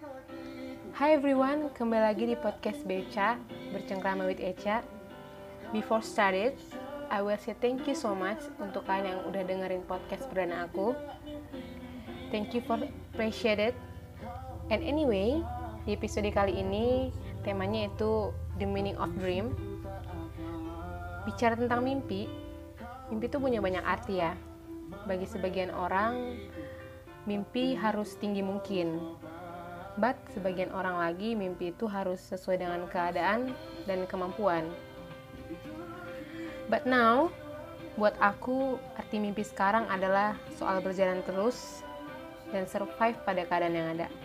Hi everyone, kembali lagi di podcast Beca, Bercengkrama with Eca. Before started, I will say thank you so much untuk kalian yang udah dengerin podcast perdana aku. Thank you for appreciate it. And anyway, di episode kali ini temanya itu The Meaning of Dream. Bicara tentang mimpi, mimpi itu punya banyak arti ya. Bagi sebagian orang, mimpi harus tinggi mungkin. But sebagian orang lagi mimpi itu harus sesuai dengan keadaan dan kemampuan. But now, buat aku arti mimpi sekarang adalah soal berjalan terus dan survive pada keadaan yang ada.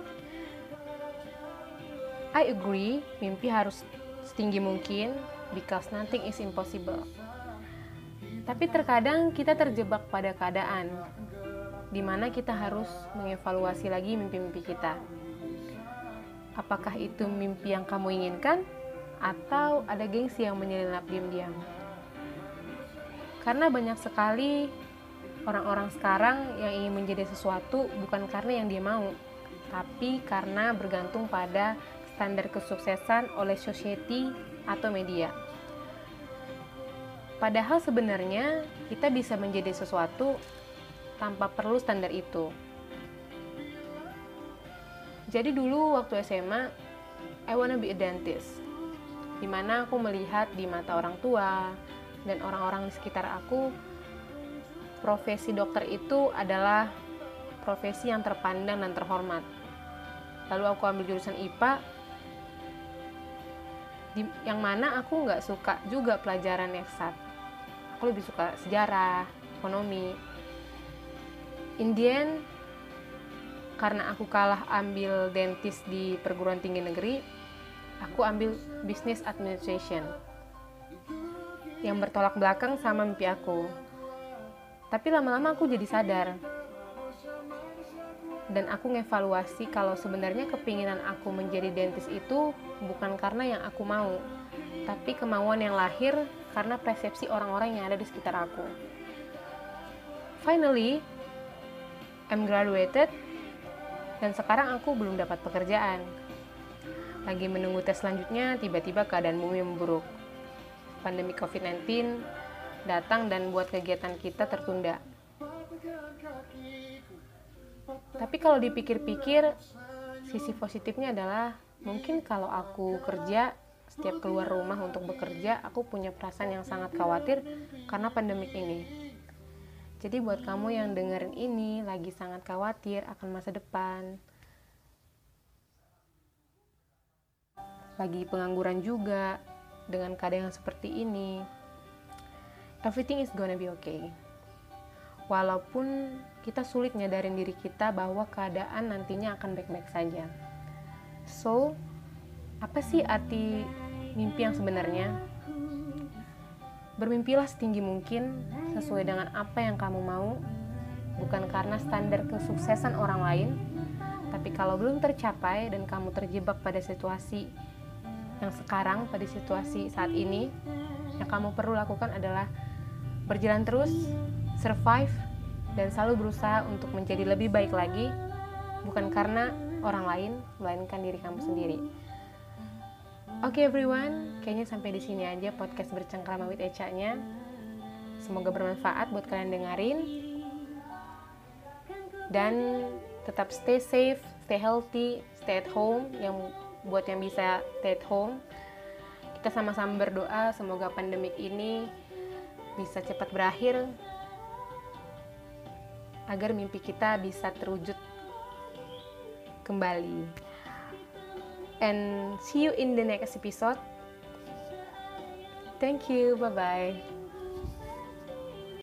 I agree, mimpi harus setinggi mungkin because nothing is impossible. Tapi terkadang kita terjebak pada keadaan di mana kita harus mengevaluasi lagi mimpi-mimpi kita. Apakah itu mimpi yang kamu inginkan atau ada gengsi yang menyelinap diam-diam? Karena banyak sekali orang-orang sekarang yang ingin menjadi sesuatu bukan karena yang dia mau, tapi karena bergantung pada standar kesuksesan oleh society atau media. Padahal sebenarnya kita bisa menjadi sesuatu tanpa perlu standar itu. Jadi dulu waktu SMA, I wanna be a dentist. Dimana aku melihat di mata orang tua dan orang-orang di sekitar aku, profesi dokter itu adalah profesi yang terpandang dan terhormat. Lalu aku ambil jurusan IPA, yang mana aku nggak suka juga pelajaran eksat. Aku lebih suka sejarah, ekonomi. In the end, karena aku kalah ambil dentis di perguruan tinggi negeri, aku ambil business administration yang bertolak belakang sama mimpi aku. Tapi lama-lama aku jadi sadar dan aku ngevaluasi kalau sebenarnya kepinginan aku menjadi dentis itu bukan karena yang aku mau, tapi kemauan yang lahir karena persepsi orang-orang yang ada di sekitar aku. Finally, I'm graduated. Dan sekarang aku belum dapat pekerjaan. Lagi menunggu tes selanjutnya, tiba-tiba keadaan bumi memburuk. Pandemi COVID-19 datang dan buat kegiatan kita tertunda. Tapi kalau dipikir-pikir, sisi positifnya adalah mungkin kalau aku kerja, setiap keluar rumah untuk bekerja, aku punya perasaan yang sangat khawatir karena pandemik ini. Jadi buat kamu yang dengerin ini lagi sangat khawatir akan masa depan, lagi pengangguran juga dengan keadaan yang seperti ini, everything is gonna be okay. Walaupun kita sulit nyadarin diri kita bahwa keadaan nantinya akan baik-baik saja. So, apa sih arti mimpi yang sebenarnya? Bermimpilah setinggi mungkin sesuai dengan apa yang kamu mau, bukan karena standar kesuksesan orang lain, tapi kalau belum tercapai dan kamu terjebak pada situasi yang sekarang, pada situasi saat ini, yang kamu perlu lakukan adalah berjalan terus, survive, dan selalu berusaha untuk menjadi lebih baik lagi, bukan karena orang lain, melainkan diri kamu sendiri. Oke everyone, kayaknya sampai di sini aja podcast Bercengkrama with Eca-nya. Semoga bermanfaat buat kalian dengerin. Dan tetap stay safe, stay healthy, stay at home. Yang buat yang bisa stay at home, kita sama-sama berdoa semoga pandemik ini bisa cepat berakhir agar mimpi kita bisa terwujud kembali. And see you in the next episode. Thank you, bye-bye.